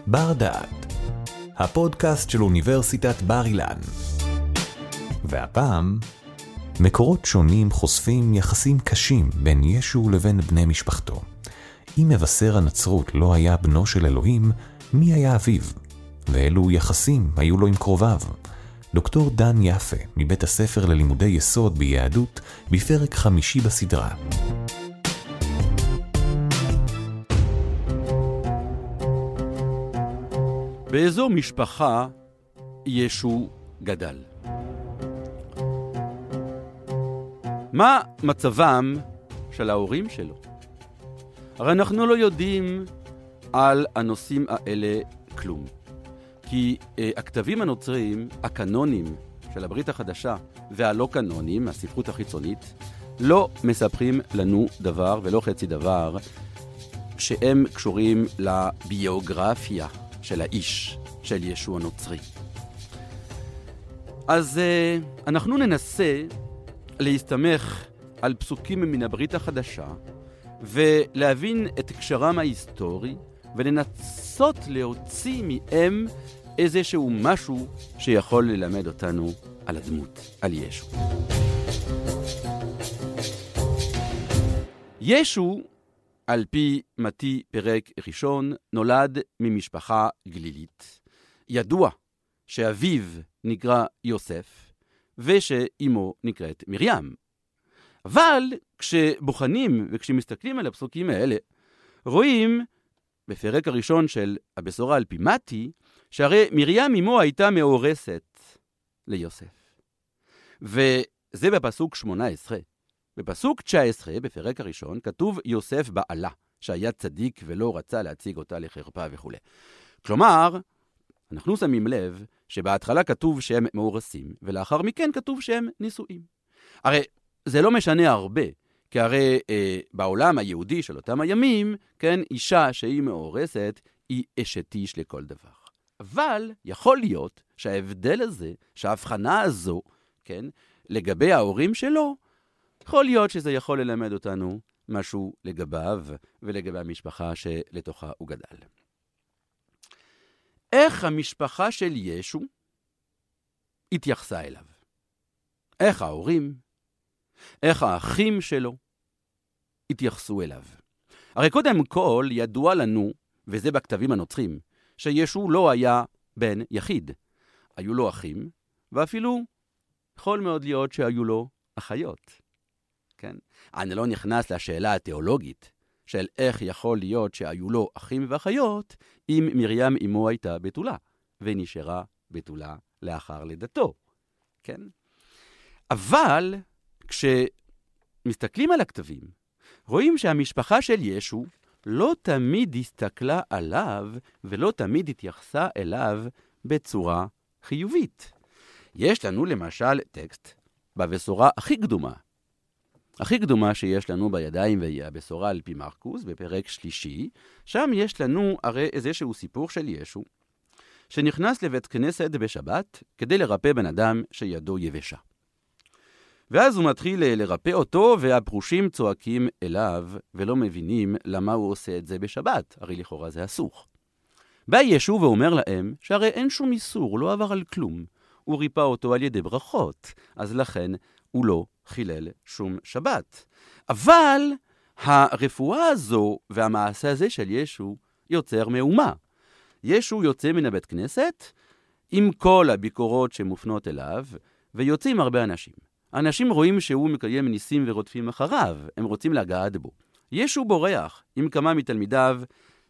בר דעת, הפודקאסט של אוניברסיטת בר אילן. והפעם, מקורות שונים חושפים יחסים קשים בין ישו לבין בני משפחתו. אם מבשר הנצרות לא היה בנו של אלוהים, מי היה אביו? ואילו יחסים היו לו עם קרוביו? דוקטור דן יפה, מבית הספר ללימודי יסוד ביהדות, בפרק 5 בסדרה. באיזו משפחה ישו גדל? מה מצבם של ההורים שלו? הרי אנחנו לא יודעים על הנושאים האלה כלום. כי הכתבים הנוצריים, הקנונים של הברית החדשה והלא קנונים, הספרות החיצונית, לא מספרים לנו דבר ולא חצי דבר שהם קשורים לביוגרפיה של האיש, של ישו הנוצרי. אז אנחנו ננסה להסתמך על פסוקים מן הברית החדשה ולהבין את קשרם ההיסטורי ולנסות להוציא מהם איזשהו משהו שיכול ללמד אותנו על הדמות, על ישו. ישו, על פי מתי פרק ראשון, נולד ממשפחה גלילית. ידוע שאביו נקרא יוסף ושאמו נקראת מרים. אבל כשבוחנים וכשמסתכלים על הפסוקים האלה, רואים בפרק הראשון של הבשורה על פי מתי, שהרי מרים אמו הייתה מאורסת ליוסף. וזה בפסוק 18. בפסוק 19, בפרק הראשון, כתוב יוסף בעלה, שהיה צדיק ולא רצה להציג אותה לחרפה וכו'. כלומר, אנחנו שמים לב שבהתחלה כתוב שהם מאורסים, ולאחר מכן כתוב שהם נישואים. הרי זה לא משנה הרבה, כי הרי בעולם היהודי של אותם הימים, כן, אישה שהיא מאורסת, היא אשת איש לכל דבר. אבל יכול להיות שההבדל הזה, שההבחנה הזו, כן, לגבי ההורים שלו, יכול להיות שזה יכול ללמד אותנו משהו לגביו ולגבי המשפחה שלתוכה הוא גדל. איך המשפחה של ישו התייחסה אליו? איך ההורים, איך האחים שלו התייחסו אליו? הרי קודם כל ידוע לנו, וזה בכתבים הנוצרים, שישו לא היה בן יחיד. היו לו אחים, ואפילו יכול מאוד להיות שהיו לו אחיות. כן? אני לא נכנס לשאלה התיאולוגית של איך יכול להיות שהיו לו אחים ואחיות, אם מרים אמו הייתה בתולה, ונשארה בתולה לאחר לידתו. כן? אבל כשמסתכלים על הכתבים, רואים שהמשפחה של ישו לא תמיד הסתכלה עליו ולא תמיד התייחסה אליו בצורה חיובית. יש לנו למשל טקסט בבשורה הכי קדומה שיש לנו בידיים, והיא הבשורה על פי מרקוס בפרק 3, שם יש לנו הרי איזשהו סיפור של ישו שנכנס לבית כנסת בשבת כדי לרפא בן אדם שידו יבשה. ואז הוא מתחיל לרפא אותו, והפרושים צועקים אליו ולא מבינים למה הוא עושה את זה בשבת, הרי לכאורה זה אסור. בא ישו ואומר להם שהרי אין שום איסור, הוא לא עבר על כלום. הוא ריפא אותו על ידי ברכות, אז לכן הוא לא חילל שום שבת. אבל הרפואה הזו והמעשה הזה של ישו יוצר מהומה. ישו יוצא מן הבית כנסת עם כל הביקורות שמופנות אליו, ויוצאים הרבה אנשים. האנשים רואים שהוא מקיים ניסים ורודפים אחריו, הם רוצים לגעת בו. ישו בורח עם כמה מתלמידיו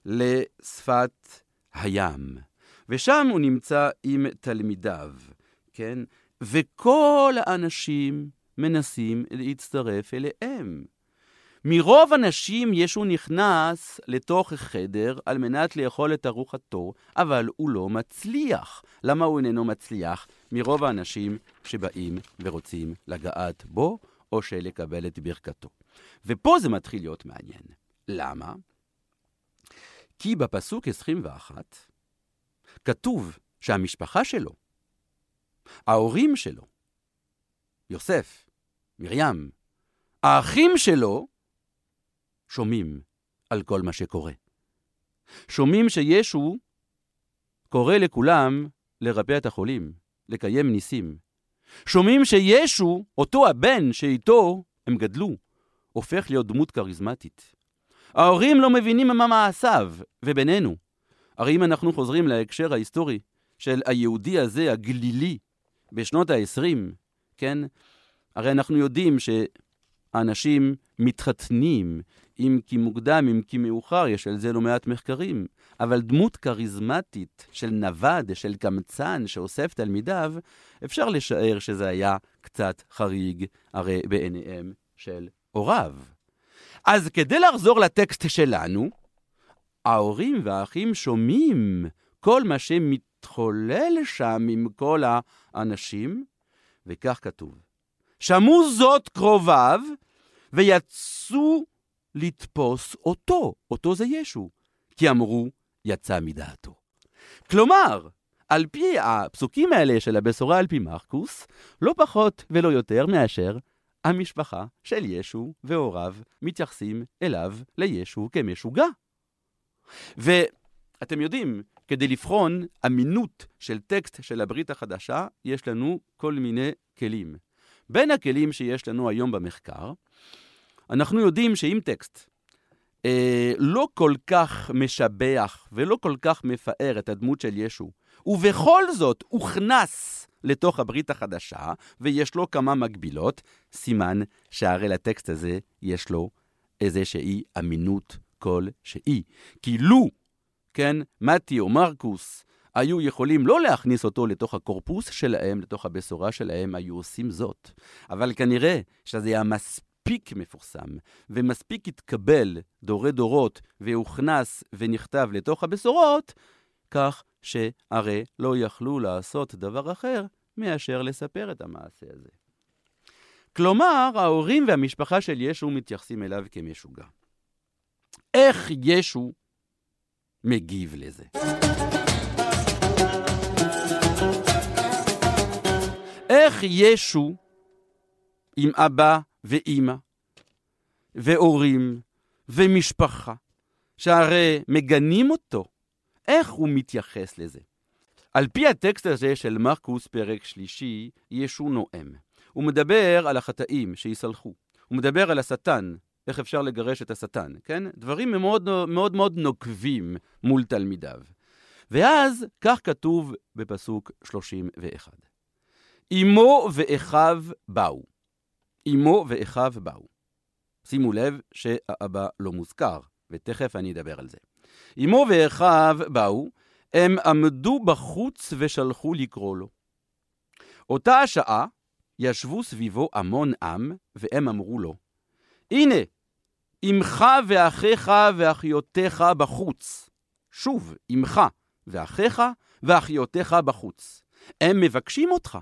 לשפת הים, ושם הוא נמצא עם תלמידיו, כן? וכל האנשים מנסים להצטרף אליהם. מרוב אנשים ישו נכנס לתוך החדר על מנת לאכול את ארוחתו, אבל הוא לא מצליח. למה הוא איננו מצליח? מרוב האנשים שבאים ורוצים לגעת בו, או שלקבל את ברכתו. ופה זה מתחיל להיות מעניין. למה? כי בפסוק 21 כתוב שהמשפחה שלו, ההורים שלו, יוסף, מרים, האחים שלו, שומעים על כל מה שקורה. שומעים שישו קורא לכולם לרפא את החולים, לקיים ניסים. שומעים שישו, אותו הבן שאיתו הם גדלו, הופך להיות דמות כריזמטית. ההורים לא מבינים מה מעשיו, ובינינו. הרי אם אנחנו חוזרים להקשר ההיסטורי של היהודי הזה, הגלילי, בשנות ה-20, כן? הרי אנחנו יודעים שאנשים מתחתנים, אם כי מוקדם, אם כי מאוחר, יש על זה לא מעט מחקרים. אבל דמות כריזמטית של נווד, של קמצן, שאוסף תלמידיו, אפשר לשער שזה היה קצת חריג, הרי בעיניהם של הוריו. אז כדי לחזור לטקסט שלנו, ההורים והאחים שומעים כל מה שמתחולל שם עם כל האנשים, וכך כתוב. שמעו זאת קרוביו, ויצאו לתפוס אותו. אותו זה ישו. כי אמרו, יצא מדעתו. כלומר, על פי הפסוקים האלה של הבשורה על פי מרקוס, לא פחות ולא יותר מאשר המשפחה של ישו והוריו מתייחסים אליו לישו כמשוגע. ואתם יודעים, כדי לבחון אמינות של טקסט של הברית החדשה, יש לנו כל מיני כלים. בין הכלים שיש לנו היום במחקר, אנחנו יודעים שאם טקסט לא כל כך משבח ולא כל כך מפאר את הדמות של ישו, ובכל זאת הוכנס לתוך הברית החדשה, ויש לו כמה מקבילות, סימן שהרי לטקסט הזה יש לו איזושהי אמינות כלשהי. כי לו, כן, מתי או מרקוס היו יכולים לא להכניס אותו לתוך הקורפוס שלהם, לתוך הבשורה שלהם, היו עושים זאת. אבל כנראה שזה היה מספיק מפורסם, ומספיק התקבל דורי דורות, והוכנס ונכתב לתוך הבשורות, כך שהרי לא יכלו לעשות דבר אחר מאשר לספר את המעשה הזה. כלומר, ההורים והמשפחה של ישו מתייחסים אליו כמשוגע. איך ישו מגיב לזה? איך ישו עם אבא ואמא והורים ומשפחה, שהרי מגנים אותו, איך הוא מתייחס לזה? על פי הטקסט הזה של מרקוס פרק 3, ישו נואם. הוא מדבר על החטאים שיסלחו. הוא מדבר על השטן, איך אפשר לגרש את השטן, כן? דברים מאוד מאוד מאוד נוקבים מול תלמידיו. ואז כך כתוב בפסוק 31. אמו ואחיו באו. אמו ואחיו באו. שימו לב שהאבא לא מוזכר, ותכף אני אדבר על זה. אמו ואחיו באו, הם עמדו בחוץ ושלחו לקרוא לו. אותה השעה ישבו סביבו המון עם, והם אמרו לו, הנה, אמך ואחיך ואחיותיך בחוץ. שוב, אמך ואחיך ואחיותיך בחוץ. הם מבקשים אותך.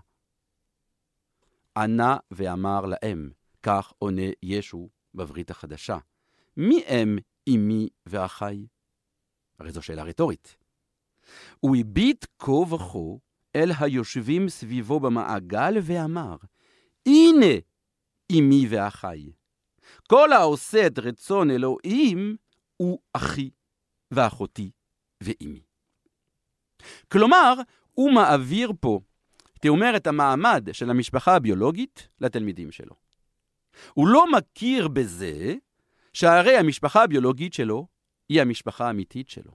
ענה ואמר להם, כך עונה ישו בברית החדשה. מי הם אמי ואחי? הרי זו שאלה רטורית. הוא הביט כה וכה אל היושבים סביבו במעגל ואמר, הנה אמי ואחי. כל העושה את רצון אלוהים הוא אחי ואחותי ואמי. כלומר, הוא מעביר פה, תאמר את המעמד של המשפחה הביולוגית לתלמידים שלו. הוא לא מכיר בזה שהרי המשפחה הביולוגית שלו היא המשפחה האמיתית שלו.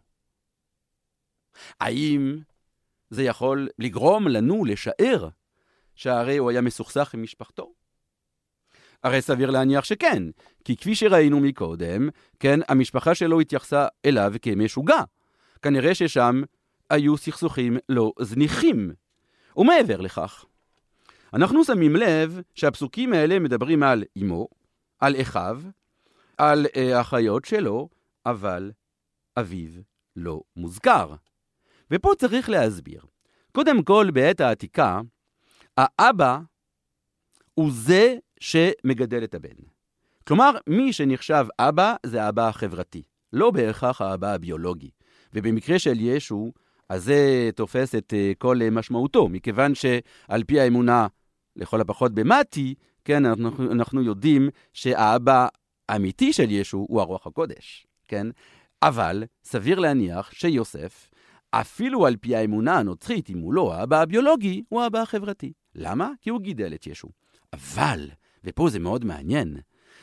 האם זה יכול לגרום לנו לשער שהרי הוא היה מסוכסך עם משפחתו? הרי סביר להניח שכן, כי כפי שראינו מקודם, כן, המשפחה שלו התייחסה אליו כמשוגע. כנראה ששם היו סכסוכים לא זניחים. ומעבר לכך, אנחנו שמים לב שהפסוקים האלה מדברים על אמו, על אחיו, על האחיות שלו, אבל אביו לא מוזכר. ופה צריך להסביר. קודם כל, בעת העתיקה, האבא הוא זה שמגדל את הבן. כלומר, מי שנחשב אבא זה האבא החברתי, לא בהכרח האבא הביולוגי. ובמקרה של ישו, אז זה תופס את כל משמעותו, מכיוון שעל פי האמונה, לכל הפחות במתי, כן, אנחנו יודעים שהאבא האמיתי של ישו הוא הרוח הקודש, כן? אבל סביר להניח שיוסף אפילו על פי האמונה הנוצרית, אם הוא לא האבא הביולוגי, הוא האבא החברתי. למה? כי הוא גידל את ישו. אבל, ופה זה מאוד מעניין,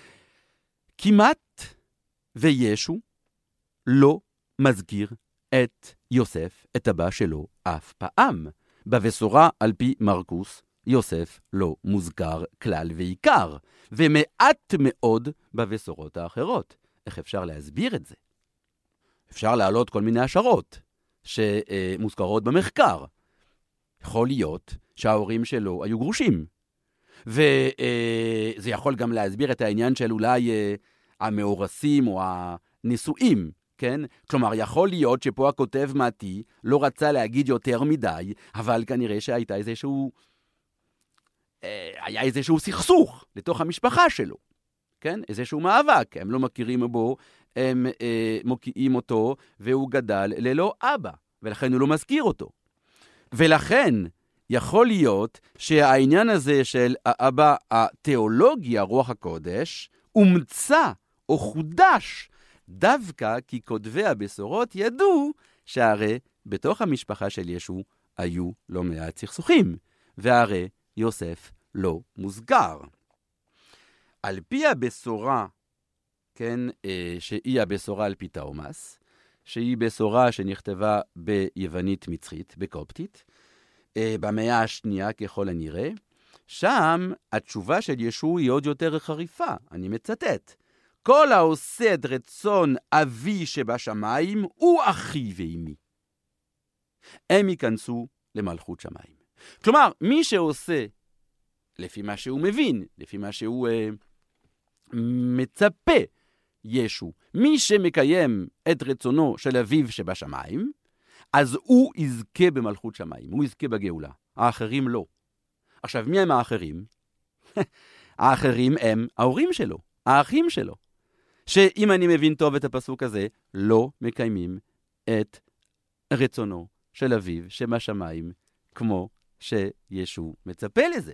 כמעט וישו לא מזכיר את יוסף, את אבא שלו, אף פעם. בבשורה על פי מרקוס, יוסף לא מוזכר כלל ועיקר, ומעט מאוד בבשורות האחרות. איך אפשר להסביר את זה? אפשר להעלות כל מיני השערות שמוזכרות במחקר. יכול להיות שההורים שלו היו גרושים, וזה יכול גם להסביר את העניין של אולי המאורסים או הנישואים, כן? כלומר, יכול להיות שפה הכותב מתי לא רצה להגיד יותר מדי, אבל כנראה היה איזשהו סכסוך לתוך המשפחה שלו, כן? איזשהו מאבק, הם לא מכירים בו, הם מוקיעים אותו, והוא גדל ללא אבא, ולכן הוא לא מזכיר אותו. ולכן יכול להיות שהעניין הזה של האבא התיאולוגי, הרוח הקודש, הומצא או חודש, דווקא כי כותבי הבשורות ידעו שהרי בתוך המשפחה של ישו היו לא מעט סכסוכים, והרי יוסף לא מוזכר. על פי הבשורה, כן, שהיא הבשורה על פי תאומס, שהיא בשורה שנכתבה ביוונית מצרית, בקופטית, במאה השנייה ככל הנראה, שם התשובה של ישו היא עוד יותר חריפה, אני מצטט. כל העושה את רצון אבי שבשמיים הוא אחי ואמי. הם ייכנסו למלכות שמיים. כלומר, מי שעושה לפי מה שהוא מבין, לפי מה שהוא מצפה ישו, מי שמקיים את רצונו של אביו שבשמיים, אז הוא יזכה במלכות שמיים, הוא יזכה בגאולה. האחרים לא. עכשיו, מי הם האחרים? האחרים הם ההורים שלו, האחים שלו, שאם אני מבין טוב את הפסוק הזה, לא מקיימים את רצונו של אביו שבשמיים, כמו שישו מצפה לזה.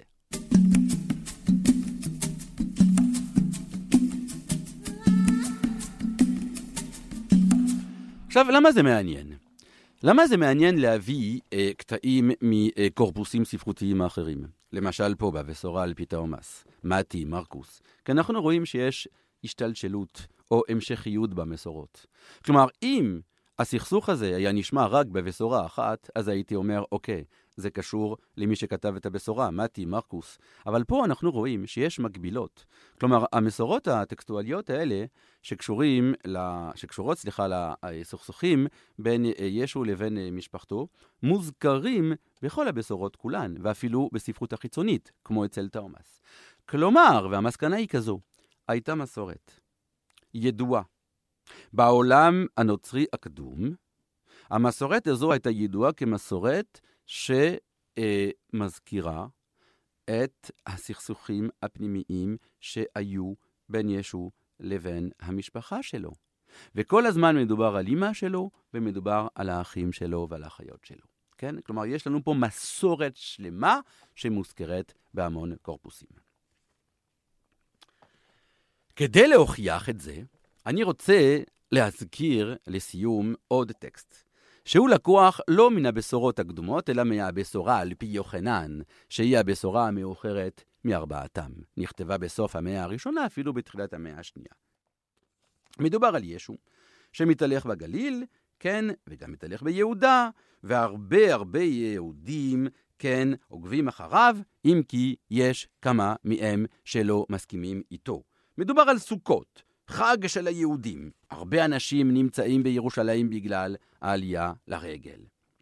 עכשיו, למה זה מעניין? למה זה מעניין להביא קטעים מקורפוסים ספרותיים האחרים? למשל פה בבשורה על פי תאומס, מתי, מרקוס. כי אנחנו רואים שיש השתלשלות או המשכיות במסורות. כלומר, אם הסכסוך הזה היה נשמע רק בבשורה אחת, אז הייתי אומר, אוקיי, זה קשור למי שכתב את הבשורה, מתי, מרקוס. אבל פה אנחנו רואים שיש מקבילות. כלומר, המסורות הטקסטואליות האלה שקשורות לסכסוכים בין ישו לבין משפחתו, מוזכרים בכל הבשורות כולן, ואפילו בספרות החיצונית, כמו אצל תאומס. כלומר, והמסקנה היא כזו, הייתה מסורת ידועה. בעולם הנוצרי הקדום, המסורת הזו הייתה ידועה כמסורת שמזכירה את הסכסוכים הפנימיים שהיו בין ישו לבין המשפחה שלו. וכל הזמן מדובר על אמא שלו, ומדובר על האחים שלו ועל האחיות שלו. כן? כלומר, יש לנו פה מסורת שלמה שמוזכרת בהמון קורפוסים. כדי להוכיח את זה, אני רוצה להזכיר לסיום עוד טקסט, שהוא לקוח לא מן הבשורות הקדומות, אלא מהבשורה על פי יוחנן, שהיא הבשורה המאוחרת מארבעתם. נכתבה בסוף המאה הראשונה, אפילו בתחילת המאה השנייה. מדובר על ישו, שמתהלך בגליל, כן, וגם מתהלך ביהודה, והרבה יהודים, כן, עוקבים אחריו, אם כי יש כמה מהם שלא מסכימים איתו. מדובר על סוכות, חג של היהודים. הרבה אנשים נמצאים בירושלים בגלל העלייה לרגל.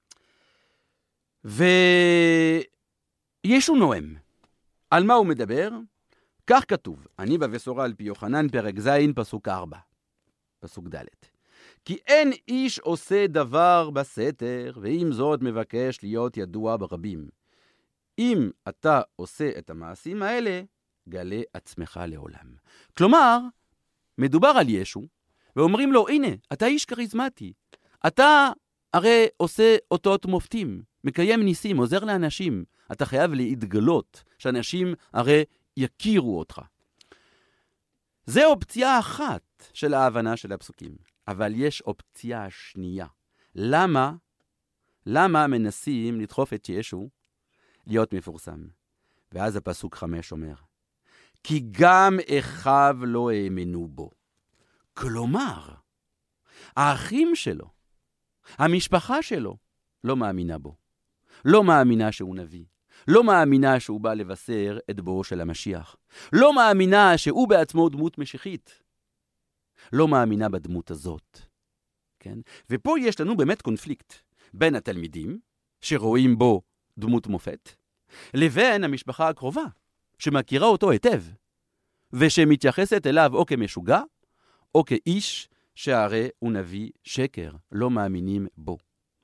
וישו נואם. על מה הוא מדבר? כך כתוב, אני בבשורה על פי יוחנן, פרק ז', פסוק 4, פסוק ד'. כי אין איש עושה דבר בסתר, ועם זאת מבקש להיות ידוע ברבים. אם אתה עושה את המעשים האלה, גלה עצמך לעולם. כלומר, מדובר על ישו, ואומרים לו, הנה, אתה איש כריזמטי. אתה הרי עושה אותות מופתים, מקיים ניסים, עוזר לאנשים. אתה חייב להתגלות, שאנשים הרי יכירו אותך. זה אופציה אחת של ההבנה של הפסוקים, אבל יש אופציה שנייה. למה למה מנסים לדחוף את ישו להיות מפורסם? ואז הפסוק 5 אומר, כי גם אחיו לא האמינו בו. כלומר, האחים שלו, המשפחה שלו, לא מאמינה בו. לא מאמינה שהוא נביא. לא מאמינה שהוא בא לבשר את בואו של המשיח. לא מאמינה שהוא בעצמו דמות משיחית. לא מאמינה בדמות הזאת. כן? ופה יש לנו באמת קונפליקט בין התלמידים, שרואים בו דמות מופת, לבין המשפחה הקרובה, שמכירה אותו היטב, ושמתייחסת אליו או כמשוגע, או כאיש שהרי הוא נביא שקר, לא מאמינים בו.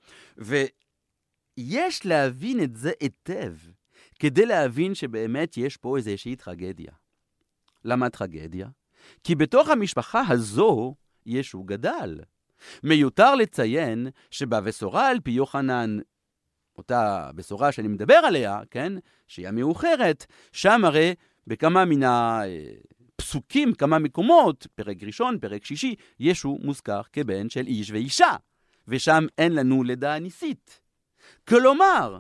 ויש להבין את זה היטב, כדי להבין שבאמת יש פה איזושהי טרגדיה. למה טרגדיה? כי בתוך המשפחה הזו ישו גדל. מיותר לציין שבבשורה על פי יוחנן, אותה בשורה שאני מדבר עליה, כן, שהיא המאוחרת, שם הרי בכמה מן הפסוקים, כמה מקומות, פרק ראשון, פרק שישי, ישו מוזכר כבן של איש ואישה, ושם אין לנו לידה ניסית. כלומר,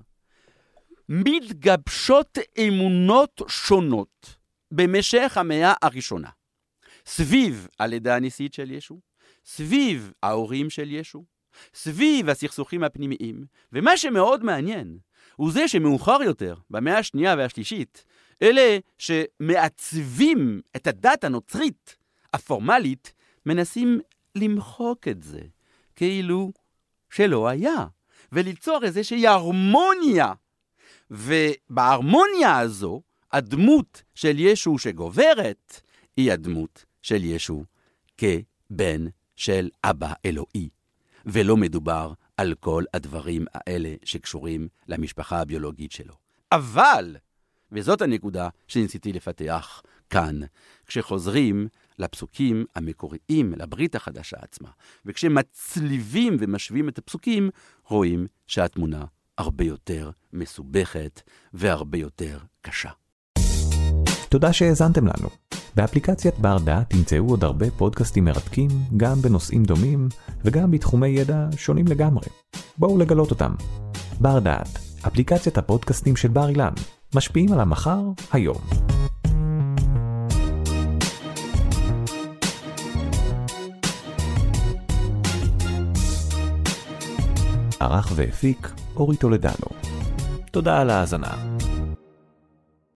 מתגבשות אמונות שונות במשך המאה הראשונה, סביב הלידה הניסית של ישו, סביב ההורים של ישו, סביב הסכסוכים הפנימיים, ומה שמאוד מעניין הוא זה שמאוחר יותר, במאה השנייה והשלישית, אלה שמעצבים את הדת הנוצרית הפורמלית, מנסים למחוק את זה, כאילו שלא היה, וליצור איזושהי הרמוניה. ובהרמוניה הזו, הדמות של ישו שגוברת, היא הדמות של ישו כבן של אבא אלוהי. ולא מדובר על כל הדברים האלה שקשורים למשפחה הביולוגית שלו. אבל, וזאת הנקודה שניסיתי לפתח כאן, כשחוזרים לפסוקים המקוריים, לברית החדשה עצמה, וכשמצליבים ומשווים את הפסוקים, רואים שהתמונה הרבה יותר מסובכת והרבה יותר קשה. תודה שהאזנתם לנו. באפליקציית בר דעת תמצאו עוד הרבה פודקאסטים מרתקים, גם בנושאים דומים וגם בתחומי ידע שונים לגמרי. בואו לגלות אותם. בר דעת, אפליקציית הפודקאסטים של בר אילן, משפיעים על המחר היום. ערך והפיק אורי טולדנו. תודה על ההאזנה.